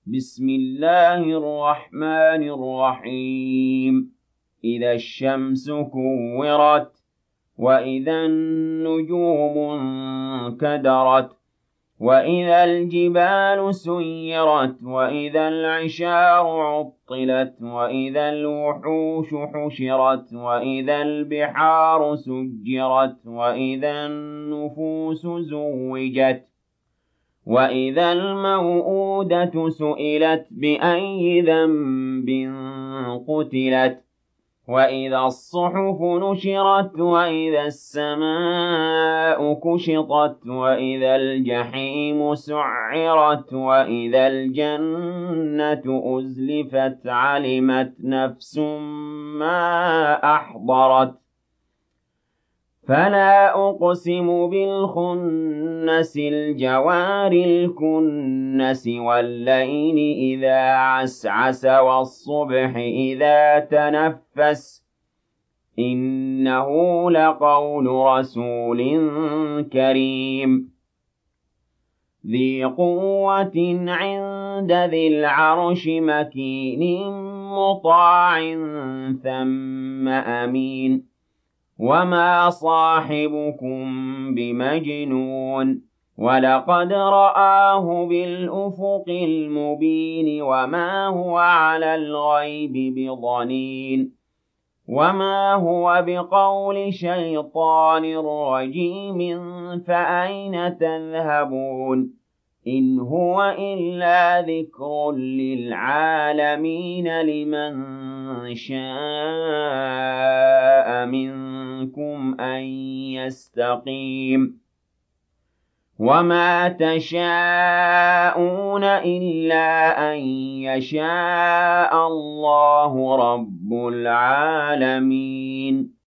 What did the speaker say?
بسم الله الرحمن الرحيم إذا الشمس كورت وإذا النجوم انكدرت وإذا الجبال سيرت وإذا العشار عطلت وإذا الوحوش حشرت وإذا البحار سجرت وإذا النفوس زوجت وإذا الموءودة سئلت بأي ذنب قتلت وإذا الصحف نشرت وإذا السماء كشطت وإذا الجحيم سعرت وإذا الجنة أزلفت علمت نفس ما أحضرت فلا أقسم بالخنس الجوار الكنس والليل إذا عسعس والصبح إذا تنفس إنه لقول رسول كريم ذي قوة عند ذي العرش مكين مطاع ثم أمين وما صاحبكم بمجنون ولقد رآه بالأفق المبين وما هو على الغيب بضنين وما هو بقول شيطان رجيم فأين تذهبون إن هو إلا ذكر للعالمين لمن شاء منكم أن يستقيم وما تشاءون إلا أن يشاء الله رب العالمين